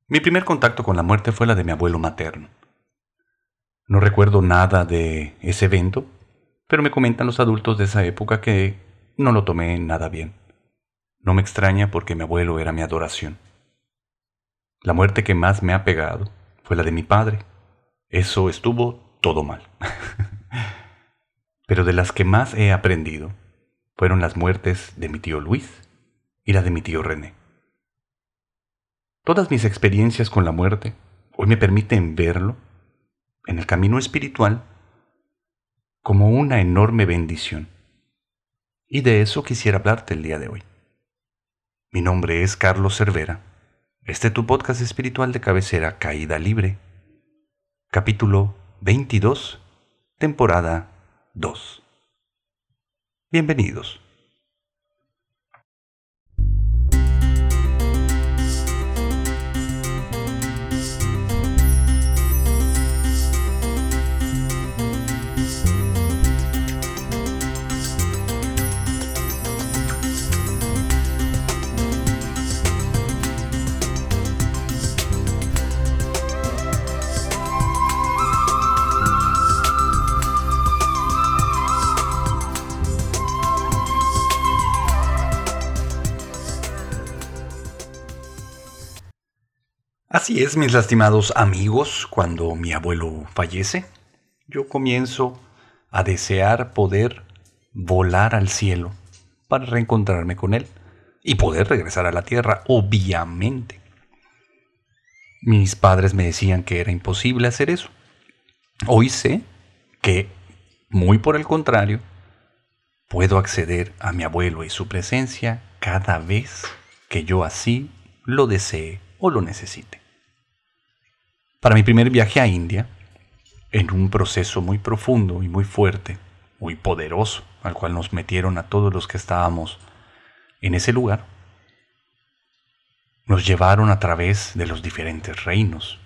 Mi primer contacto con la muerte fue la de mi abuelo materno. No recuerdo nada de ese evento, pero me comentan los adultos de esa época que no lo tomé nada bien. No me extraña porque mi abuelo era mi adoración. La muerte que más me ha pegado fue la de mi padre. Eso estuvo todo mal. Pero de las que más he aprendido fueron las muertes de mi tío Luis y la de mi tío René. Todas mis experiencias con la muerte hoy me permiten verlo, en el camino espiritual, como una enorme bendición. Y de eso quisiera hablarte el día de hoy. Mi nombre es Carlos Cervera. Este es tu podcast espiritual de cabecera, Caída Libre. Capítulo 22, temporada 2. Bienvenidos. Así es, mis lastimados amigos, cuando mi abuelo fallece, yo comienzo a desear poder volar al cielo para reencontrarme con él y poder regresar a la tierra, obviamente. Mis padres me decían que era imposible hacer eso. Hoy sé que, muy por el contrario, puedo acceder a mi abuelo y su presencia cada vez que yo así lo desee o lo necesite. Para mi primer viaje a India, en un proceso muy profundo y muy fuerte, muy poderoso, al cual nos metieron a todos los que estábamos en ese lugar, nos llevaron a través de los diferentes reinos.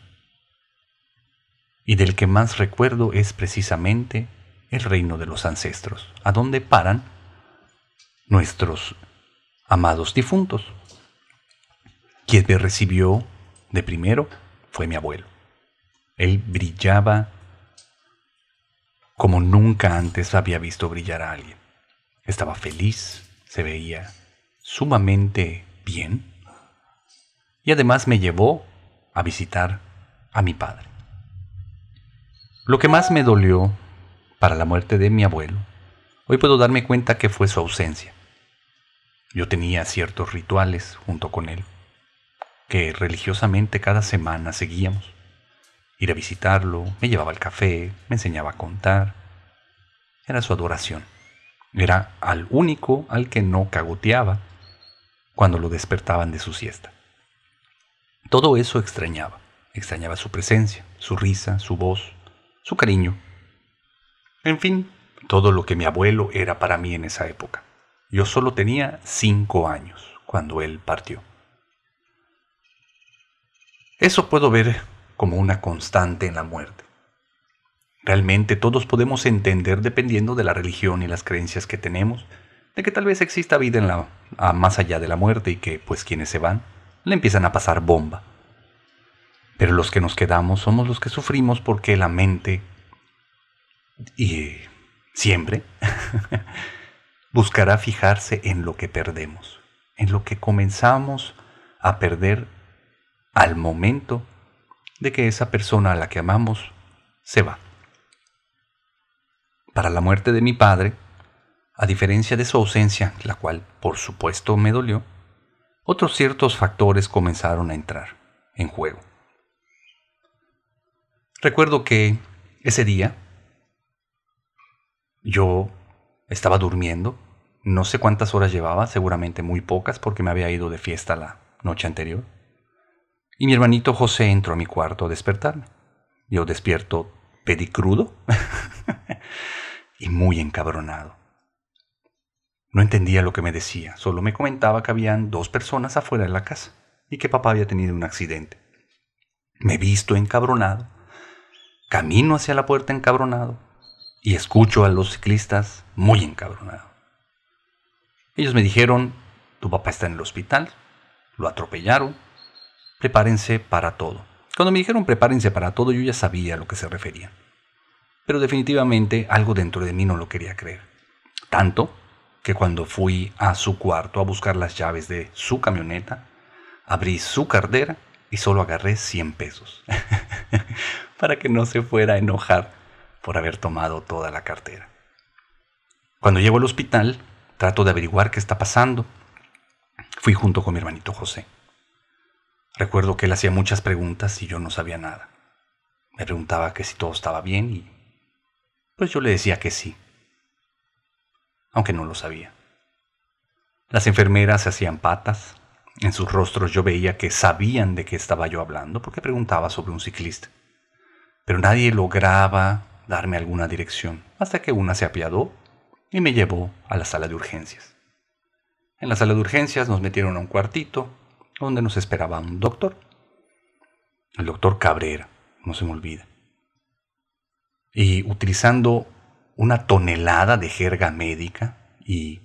Y del que más recuerdo es precisamente el reino de los ancestros, a donde paran nuestros amados difuntos. Quien me recibió de primero fue mi abuelo. Él brillaba como nunca antes había visto brillar a alguien. Estaba feliz, se veía sumamente bien y además me llevó a visitar a mi padre. Lo que más me dolió para la muerte de mi abuelo, hoy puedo darme cuenta que fue su ausencia. Yo tenía ciertos rituales junto con él, que religiosamente cada semana seguíamos. Ir a visitarlo, me llevaba el café, me enseñaba a contar. Era su adoración. Era al único al que no cagoteaba cuando lo despertaban de su siesta. Todo eso extrañaba. Extrañaba su presencia, su risa, su voz, su cariño. En fin, todo lo que mi abuelo era para mí en esa época. Yo solo tenía 5 años cuando él partió. Eso puedo ver como una constante en la muerte. Realmente todos podemos entender, dependiendo de la religión y las creencias que tenemos, de que tal vez exista vida en más allá de la muerte y que, pues, quienes se van, le empiezan a pasar bomba. Pero los que nos quedamos somos los que sufrimos porque la mente, y siempre, buscará fijarse en lo que perdemos, en lo que comenzamos a perder al momento de que esa persona a la que amamos se va. Para la muerte de mi padre, a diferencia de su ausencia, la cual por supuesto me dolió, otros ciertos factores comenzaron a entrar en juego. Recuerdo que ese día yo estaba durmiendo, no sé cuántas horas llevaba, seguramente muy pocas porque me había ido de fiesta la noche anterior. Y mi hermanito José entró a mi cuarto a despertarme. Yo despierto pedicrudo y muy encabronado. No entendía lo que me decía, solo me comentaba que habían 2 personas afuera de la casa y que papá había tenido un accidente. Me visto encabronado, camino hacia la puerta encabronado y escucho a los ciclistas muy encabronados. Ellos me dijeron, tu papá está en el hospital, lo atropellaron, prepárense para todo. Cuando me dijeron prepárense para todo, yo ya sabía a lo que se referían. Pero definitivamente algo dentro de mí no lo quería creer. Tanto que cuando fui a su cuarto a buscar las llaves de su camioneta, abrí su cartera y solo agarré 100 pesos para que no se fuera a enojar por haber tomado toda la cartera. Cuando llego al hospital, trato de averiguar qué está pasando. Fui junto con mi hermanito José. Recuerdo que él hacía muchas preguntas y yo no sabía nada. Me preguntaba que si todo estaba bien y pues yo le decía que sí, aunque no lo sabía. Las enfermeras se hacían patas. En sus rostros yo veía que sabían de qué estaba yo hablando porque preguntaba sobre un ciclista. Pero nadie lograba darme alguna dirección hasta que una se apiadó y me llevó a la sala de urgencias. En la sala de urgencias nos metieron a un cuartito donde nos esperaba un doctor. El doctor Cabrera, no se me olvida. Y utilizando una tonelada de jerga médica y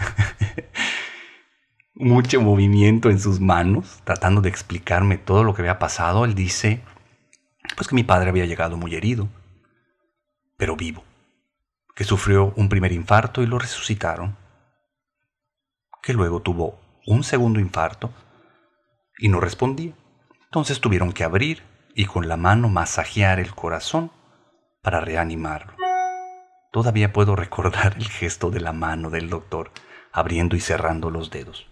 mucho movimiento en sus manos, tratando de explicarme todo lo que había pasado, él dice pues que mi padre había llegado muy herido, pero vivo, que sufrió un primer infarto y lo resucitaron, que luego tuvo un segundo infarto y no respondía. Entonces tuvieron que abrir y con la mano masajear el corazón para reanimarlo. Todavía puedo recordar el gesto de la mano del doctor abriendo y cerrando los dedos.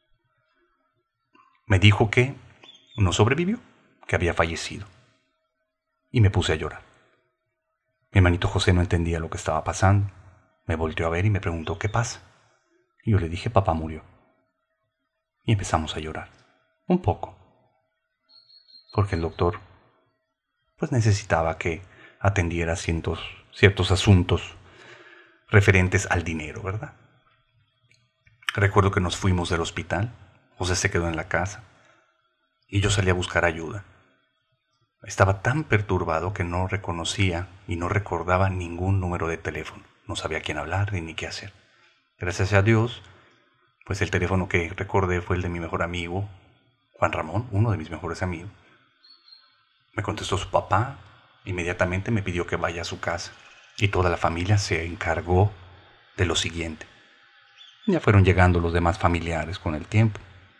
Me dijo que no sobrevivió, que había fallecido. Y me puse a llorar. Mi hermanito José no entendía lo que estaba pasando. Me volteó a ver y me preguntó qué pasa. Y yo le dije, papá murió. Y empezamos a llorar. Un poco. Porque el doctor pues necesitaba que atendiera ciertos asuntos referentes al dinero, ¿verdad? Recuerdo que nos fuimos del hospital. José se quedó en la casa. Y yo salí a buscar ayuda. Estaba tan perturbado que no reconocía y no recordaba ningún número de teléfono. No sabía a quién hablar ni qué hacer. Gracias a Dios, pues el teléfono que recordé fue el de mi mejor amigo, Juan Ramón, uno de mis mejores amigos. Me contestó su papá, inmediatamente me pidió que vaya a su casa y toda la familia se encargó de lo siguiente. Ya fueron llegando los demás familiares con el tiempo.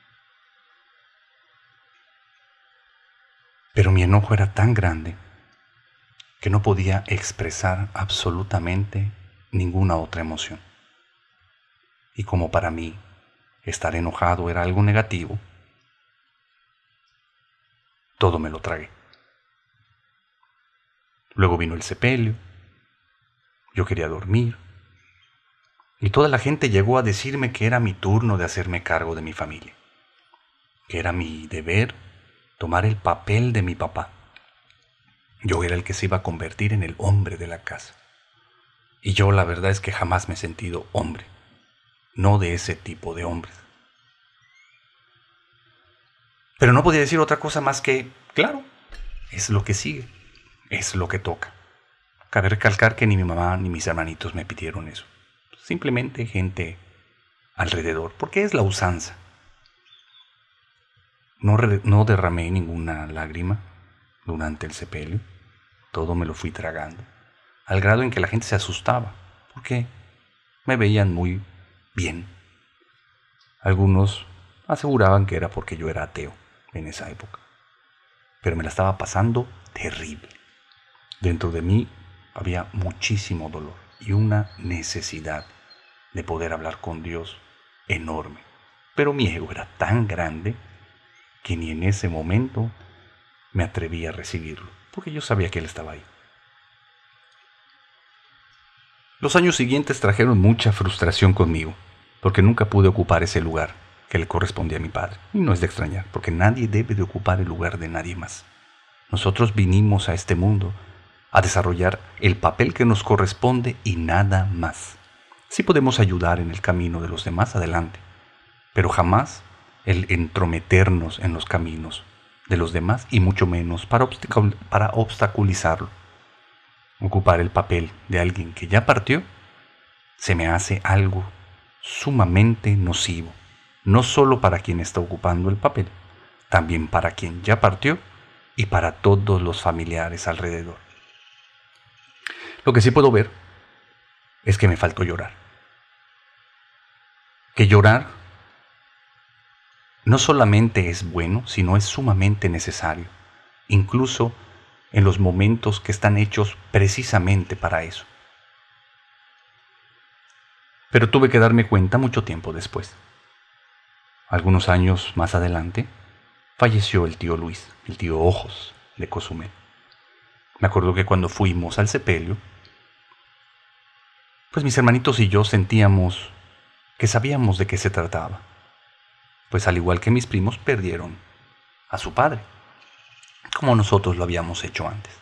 Pero mi enojo era tan grande que no podía expresar absolutamente ninguna otra emoción. Y como para mí estar enojado era algo negativo, todo me lo tragué. Luego vino el sepelio, yo quería dormir, y toda la gente llegó a decirme que era mi turno de hacerme cargo de mi familia, que era mi deber tomar el papel de mi papá. Yo era el que se iba a convertir en el hombre de la casa. Y yo la verdad es que jamás me he sentido hombre, no de ese tipo de hombres. Pero no podía decir otra cosa más que, claro, es lo que sigue, es lo que toca. Cabe recalcar que ni mi mamá ni mis hermanitos me pidieron eso. Simplemente gente alrededor, porque es la usanza. No derramé ninguna lágrima durante el sepelio. Todo me lo fui tragando, al grado en que la gente se asustaba, porque me veían muy bien. Algunos aseguraban que era porque yo era ateo en esa época, pero me la estaba pasando terrible. Dentro de mí había muchísimo dolor y una necesidad de poder hablar con Dios enorme. Pero mi ego era tan grande que ni en ese momento me atreví a recibirlo, porque yo sabía que Él estaba ahí. Los años siguientes trajeron mucha frustración conmigo, porque nunca pude ocupar ese lugar que le correspondía a mi padre. Y no es de extrañar, porque nadie debe de ocupar el lugar de nadie más. Nosotros vinimos a este mundo a desarrollar el papel que nos corresponde y nada más. Sí podemos ayudar en el camino de los demás, adelante, pero jamás el entrometernos en los caminos de los demás y mucho menos para obstaculizarlo. Ocupar el papel de alguien que ya partió se me hace algo sumamente nocivo, no solo para quien está ocupando el papel, también para quien ya partió y para todos los familiares alrededor. Lo que sí puedo ver es que me faltó llorar. Que llorar no solamente es bueno, sino es sumamente necesario, incluso en los momentos que están hechos precisamente para eso. Pero tuve que darme cuenta mucho tiempo después. Algunos años más adelante, falleció el tío Luis, el tío Ojos de Cozumel. Me acuerdo que cuando fuimos al sepelio, pues mis hermanitos y yo sentíamos que sabíamos de qué se trataba. Pues al igual que mis primos perdieron a su padre, como nosotros lo habíamos hecho antes.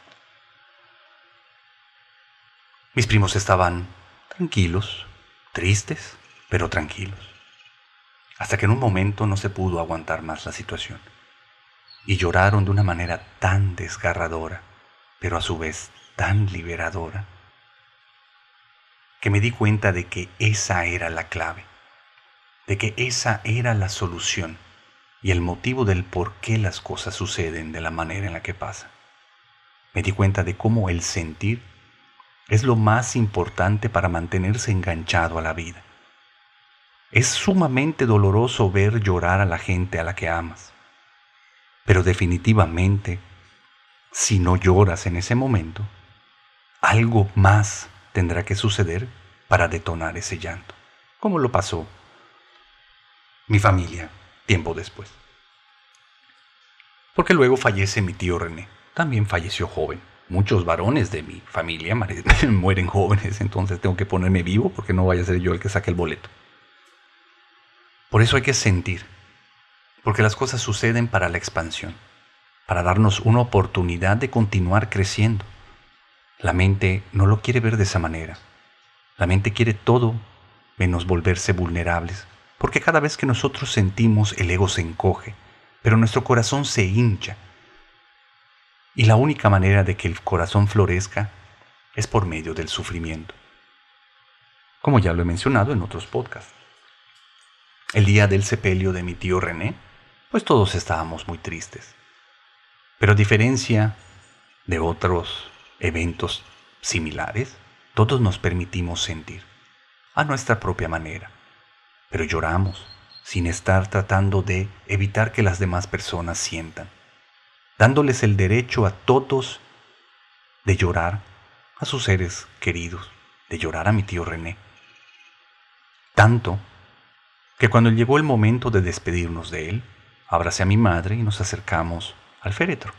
Mis primos estaban tranquilos, tristes, pero tranquilos. Hasta que en un momento no se pudo aguantar más la situación. Y lloraron de una manera tan desgarradora, pero a su vez tan liberadora, que me di cuenta de que esa era la clave, de que esa era la solución y el motivo del por qué las cosas suceden de la manera en la que pasan. Me di cuenta de cómo el sentir es lo más importante para mantenerse enganchado a la vida. Es sumamente doloroso ver llorar a la gente a la que amas, pero definitivamente, si no lloras en ese momento, algo más tendrá que suceder para detonar ese llanto, como lo pasó mi familia tiempo después. Porque luego fallece mi tío René, también falleció joven. Muchos varones de mi familia mueren jóvenes, entonces tengo que ponerme vivo porque no vaya a ser yo el que saque el boleto. Por eso hay que sentir, porque las cosas suceden para la expansión, para darnos una oportunidad de continuar creciendo. La mente no lo quiere ver de esa manera. La mente quiere todo menos volverse vulnerables, porque cada vez que nosotros sentimos el ego se encoge, pero nuestro corazón se hincha. Y la única manera de que el corazón florezca es por medio del sufrimiento. Como ya lo he mencionado en otros podcasts. El día del sepelio de mi tío René, pues todos estábamos muy tristes. Pero a diferencia de otros eventos similares, todos nos permitimos sentir, a nuestra propia manera. Pero lloramos, sin estar tratando de evitar que las demás personas sientan, dándoles el derecho a todos de llorar a sus seres queridos, de llorar a mi tío René. Tanto que cuando llegó el momento de despedirnos de él, abracé a mi madre y nos acercamos al féretro.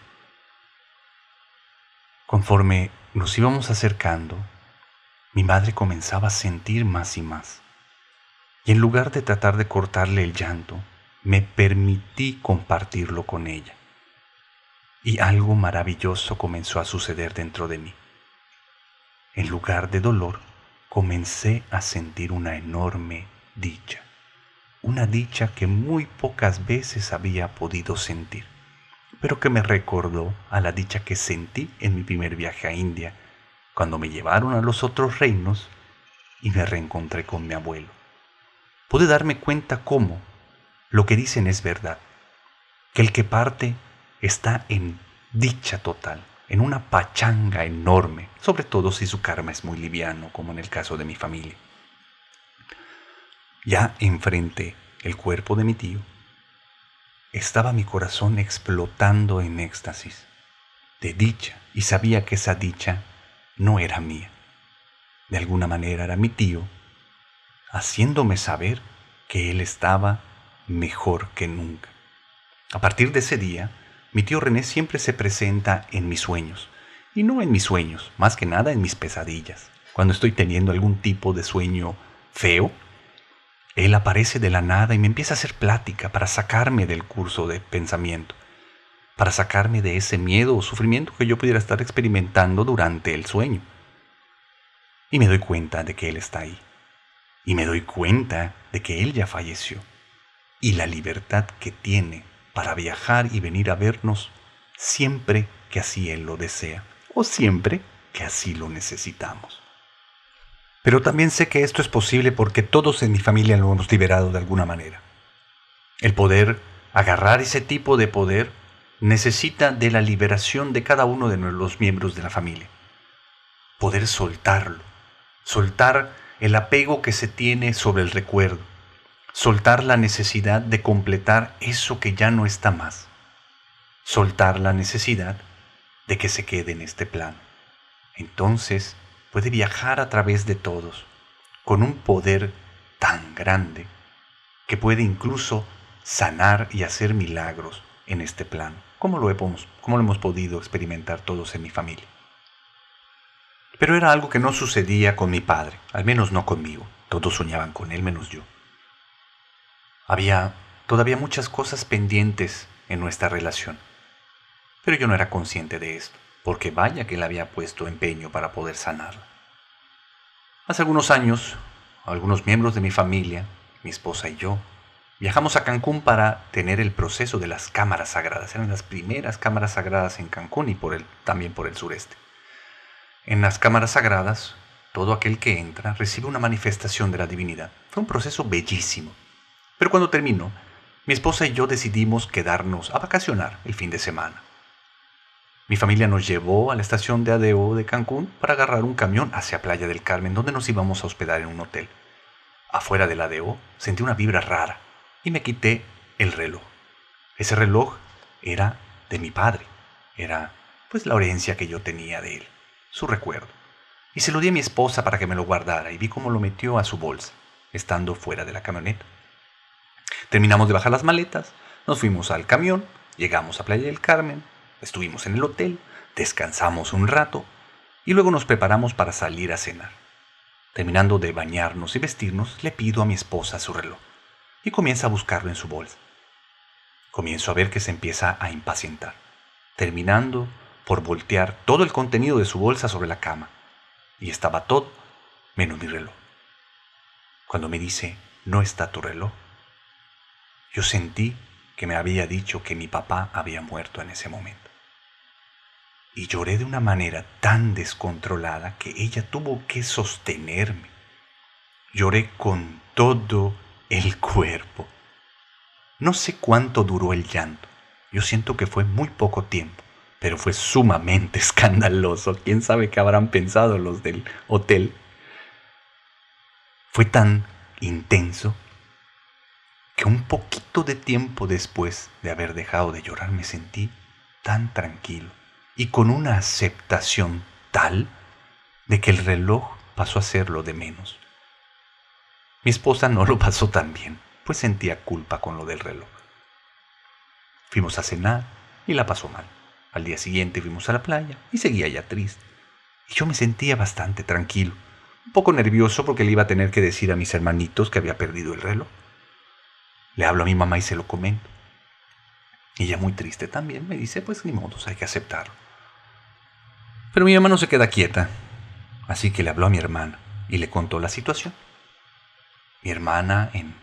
Conforme nos íbamos acercando, mi madre comenzaba a sentir más y más. Y en lugar de tratar de cortarle el llanto, me permití compartirlo con ella. Y algo maravilloso comenzó a suceder dentro de mí. En lugar de dolor, comencé a sentir una enorme dicha. Una dicha que muy pocas veces había podido sentir, pero que me recordó a la dicha que sentí en mi primer viaje a India, cuando me llevaron a los otros reinos y me reencontré con mi abuelo. Pude darme cuenta cómo lo que dicen es verdad, que el que parte está en dicha total, en una pachanga enorme, sobre todo si su karma es muy liviano, como en el caso de mi familia. Ya enfrente el cuerpo de mi tío, estaba mi corazón explotando en éxtasis, de dicha, y sabía que esa dicha no era mía. De alguna manera era mi tío, haciéndome saber que él estaba mejor que nunca. A partir de ese día, mi tío René siempre se presenta en mis sueños, y no en mis sueños, más que nada en mis pesadillas. Cuando estoy teniendo algún tipo de sueño feo, él aparece de la nada y me empieza a hacer plática para sacarme del curso de pensamiento, para sacarme de ese miedo o sufrimiento que yo pudiera estar experimentando durante el sueño. Y me doy cuenta de que él está ahí. Y me doy cuenta de que él ya falleció. Y la libertad que tiene para viajar y venir a vernos siempre que así él lo desea, o siempre que así lo necesitamos. Pero también sé que esto es posible porque todos en mi familia lo hemos liberado de alguna manera. El poder Agarrar ese tipo de poder necesita de la liberación de cada uno de los miembros de la familia. Poder soltarlo, soltar el apego que se tiene sobre el recuerdo, soltar la necesidad de completar eso que ya no está más, soltar la necesidad de que se quede en este plano. Entonces puede viajar a través de todos, con un poder tan grande que puede incluso sanar y hacer milagros en este plano, como lo hemos podido experimentar todos en mi familia. Pero era algo que no sucedía con mi padre, al menos no conmigo. Todos soñaban con él menos yo. Había todavía muchas cosas pendientes en nuestra relación, pero yo no era consciente de esto, porque vaya que él había puesto empeño para poder sanarla. Hace algunos años, algunos miembros de mi familia, mi esposa y yo, viajamos a Cancún para tener el proceso de las cámaras sagradas. Eran las primeras cámaras sagradas en Cancún y también por el sureste. En las cámaras sagradas, todo aquel que entra recibe una manifestación de la divinidad. Fue un proceso bellísimo. Pero cuando terminó, mi esposa y yo decidimos quedarnos a vacacionar el fin de semana. Mi familia nos llevó a la estación de ADO de Cancún para agarrar un camión hacia Playa del Carmen, donde nos íbamos a hospedar en un hotel. Afuera del ADO sentí una vibra rara y me quité el reloj. Ese reloj era de mi padre. Era pues la herencia que yo tenía de él, su recuerdo. Y se lo di a mi esposa para que me lo guardara y vi cómo lo metió a su bolsa, estando fuera de la camioneta. Terminamos de bajar las maletas, nos fuimos al camión, llegamos a Playa del Carmen, estuvimos en el hotel, descansamos un rato y luego nos preparamos para salir a cenar. Terminando de bañarnos y vestirnos, le pido a mi esposa su reloj y comienza a buscarlo en su bolsa. Comienzo a ver que se empieza a impacientar, terminando por voltear todo el contenido de su bolsa sobre la cama, y estaba todo menos mi reloj. Cuando me dice, no está tu reloj, yo sentí que me había dicho que mi papá había muerto en ese momento. Y lloré de una manera tan descontrolada que ella tuvo que sostenerme. Lloré con todo el cuerpo. No sé cuánto duró el llanto. Yo siento que fue muy poco tiempo, pero fue sumamente escandaloso. ¿Quién sabe qué habrán pensado los del hotel? Fue tan intenso que un poquito de tiempo después de haber dejado de llorar me sentí tan tranquilo y con una aceptación tal de que el reloj pasó a ser lo de menos. Mi esposa no lo pasó tan bien, pues sentía culpa con lo del reloj. Fuimos a cenar y la pasó mal. Al día siguiente fuimos a la playa y seguía ya triste. Y yo me sentía bastante tranquilo, un poco nervioso porque le iba a tener que decir a mis hermanitos que había perdido el reloj. Le hablo a mi mamá y se lo comento. Y ella muy triste también me dice, pues ni modo, hay que aceptarlo. Pero mi mamá no se queda quieta, así que le habló a mi hermana y le contó la situación. Mi hermana en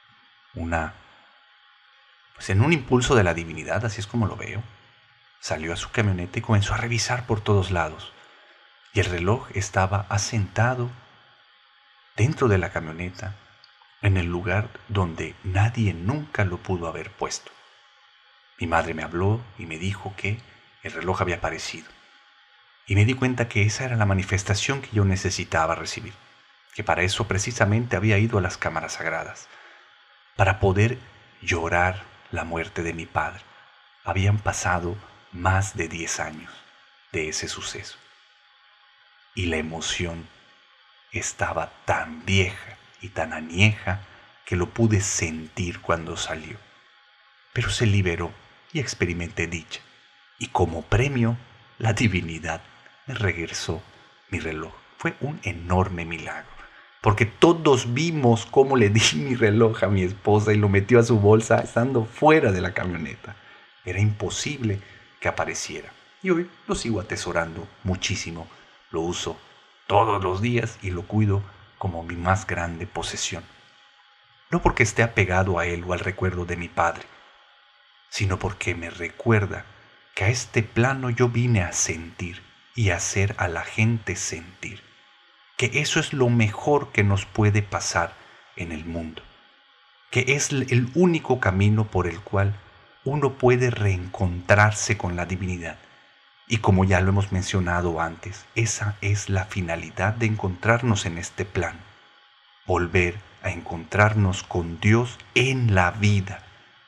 un impulso de la divinidad, así es como lo veo, salió a su camioneta y comenzó a revisar por todos lados. Y el reloj estaba asentado dentro de la camioneta, en el lugar donde nadie nunca lo pudo haber puesto. Mi madre me habló y me dijo que el reloj había aparecido. Y me di cuenta que esa era la manifestación que yo necesitaba recibir, que para eso precisamente había ido a las cámaras sagradas, para poder llorar la muerte de mi padre. Habían pasado más de 10 años de ese suceso. Y la emoción estaba tan vieja y tan añeja que lo pude sentir cuando salió. Pero se liberó y experimenté dicha. Y como premio, la divinidad me regresó mi reloj. Fue un enorme milagro, porque todos vimos cómo le di mi reloj a mi esposa y lo metió a su bolsa estando fuera de la camioneta. Era imposible que apareciera. Y hoy lo sigo atesorando muchísimo. Lo uso todos los días y lo cuido como mi más grande posesión. No porque esté apegado a él o al recuerdo de mi padre, sino porque me recuerda que a este plano yo vine a sentir y a hacer a la gente sentir, que eso es lo mejor que nos puede pasar en el mundo, que es el único camino por el cual uno puede reencontrarse con la divinidad. Y como ya lo hemos mencionado antes, esa es la finalidad de encontrarnos en este plan. Volver a encontrarnos con Dios en la vida,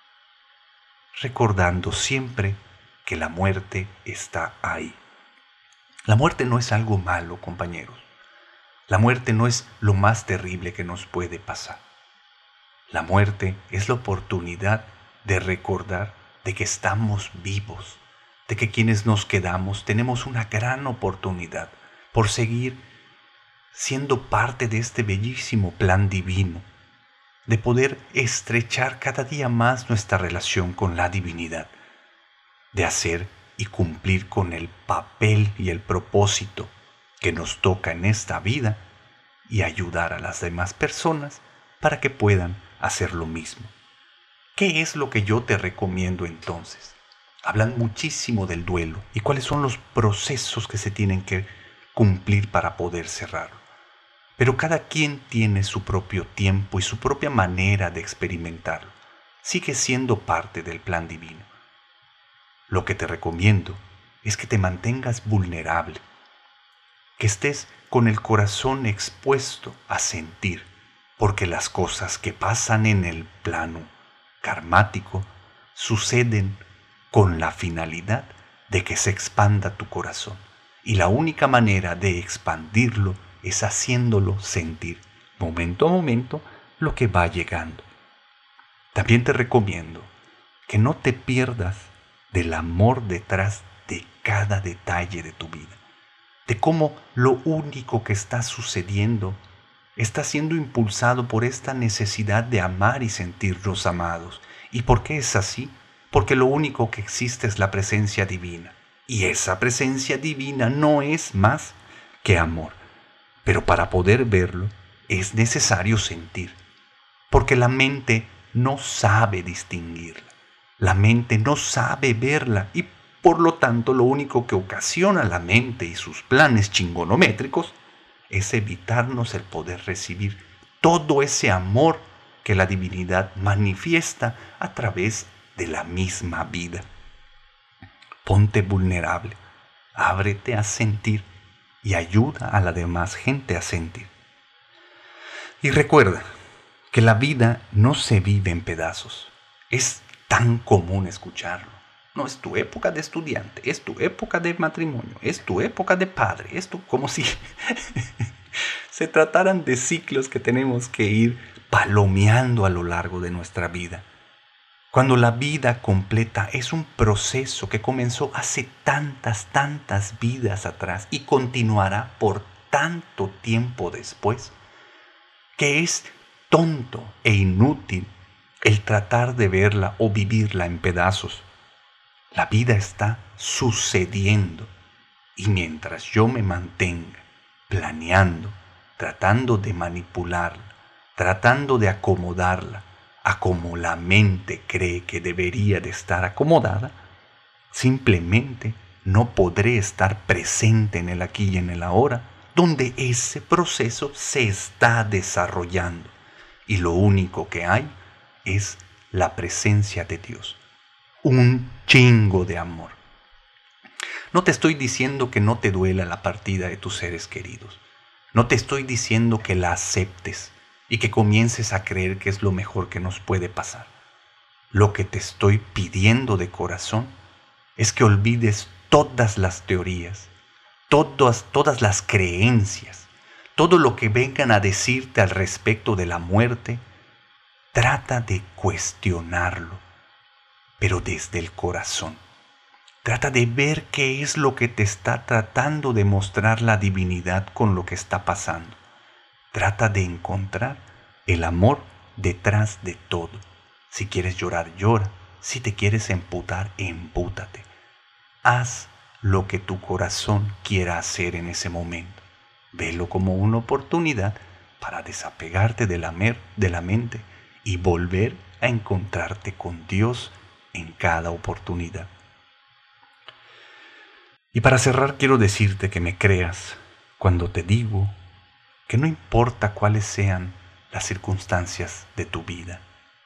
recordando siempre que la muerte está ahí. La muerte no es algo malo, compañeros. La muerte no es lo más terrible que nos puede pasar. La muerte es la oportunidad de recordar de que estamos vivos, de que quienes nos quedamos tenemos una gran oportunidad por seguir siendo parte de este bellísimo plan divino, de poder estrechar cada día más nuestra relación con la divinidad, de hacer y cumplir con el papel y el propósito que nos toca en esta vida y ayudar a las demás personas para que puedan hacer lo mismo. ¿Qué es lo que yo te recomiendo entonces? Hablan muchísimo del duelo y cuáles son los procesos que se tienen que cumplir para poder cerrarlo. Pero cada quien tiene su propio tiempo y su propia manera de experimentarlo. Sigue siendo parte del plan divino. Lo que te recomiendo es que te mantengas vulnerable, que estés con el corazón expuesto a sentir, porque las cosas que pasan en el plano karmático suceden con la finalidad de que se expanda tu corazón. Y la única manera de expandirlo es haciéndolo sentir, momento a momento, lo que va llegando. También te recomiendo que no te pierdas del amor detrás de cada detalle de tu vida, de cómo lo único que está sucediendo está siendo impulsado por esta necesidad de amar y sentirnos amados. ¿Y por qué es así? Porque lo único que existe es la presencia divina. Y esa presencia divina no es más que amor. Pero para poder verlo es necesario sentir, porque la mente no sabe distinguirla. La mente no sabe verla y por lo tanto lo único que ocasiona la mente y sus planes chingonométricos es evitarnos el poder recibir todo ese amor que la divinidad manifiesta a través de la misma vida. Ponte vulnerable, ábrete a sentir y ayuda a la demás gente a sentir. Y recuerda que la vida no se vive en pedazos. Es tan común escucharlo. No es tu época de estudiante, es tu época de matrimonio, es tu época de padre, es tu, como si se trataran de ciclos que tenemos que ir palomeando a lo largo de nuestra vida. Cuando la vida completa es un proceso que comenzó hace tantas vidas atrás y continuará por tanto tiempo después, que es tonto e inútil el tratar de verla o vivirla en pedazos. La vida está sucediendo y mientras yo me mantenga planeando, tratando de manipularla, tratando de acomodarla a como la mente cree que debería de estar acomodada, simplemente no podré estar presente en el aquí y en el ahora, donde ese proceso se está desarrollando. Y lo único que hay es la presencia de Dios. Un chingo de amor. No te estoy diciendo que no te duela la partida de tus seres queridos. No te estoy diciendo que la aceptes y que comiences a creer que es lo mejor que nos puede pasar. Lo que te estoy pidiendo de corazón es que olvides todas las teorías, todas las creencias, todo lo que vengan a decirte al respecto de la muerte. Trata de cuestionarlo, pero desde el corazón. Trata de ver qué es lo que te está tratando de mostrar la divinidad con lo que está pasando. Trata de encontrar el amor detrás de todo. Si quieres llorar, llora. Si te quieres emputar, empútate. Haz lo que tu corazón quiera hacer en ese momento. Velo como una oportunidad para desapegarte de la mente y volver a encontrarte con Dios en cada oportunidad. Y para cerrar quiero decirte que me creas cuando te digo que no importa cuáles sean las circunstancias de tu vida,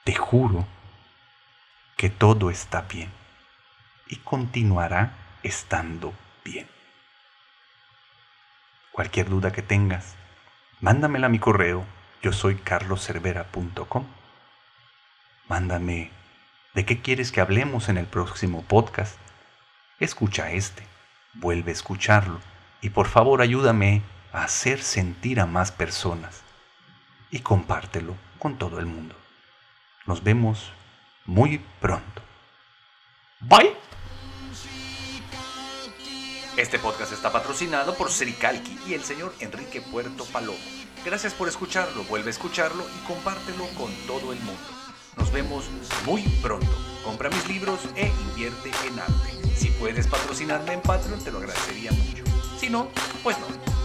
te juro que todo está bien y continuará estando bien. Cualquier duda que tengas, mándamela a mi correo, yo soy carloscervera.com. Mándame de qué quieres que hablemos en el próximo podcast. Escucha este, vuelve a escucharlo y por favor ayúdame a hacer sentir a más personas y compártelo con todo el mundo. Nos vemos muy pronto. Bye. Este podcast está patrocinado por Sricalki y el señor Enrique Puerto Palomo. Gracias por escucharlo, vuelve a escucharlo y compártelo con todo el mundo. Nos vemos muy pronto. Compra mis libros e invierte en arte. Si puedes patrocinarme en Patreon, te lo agradecería mucho. Si no, pues no.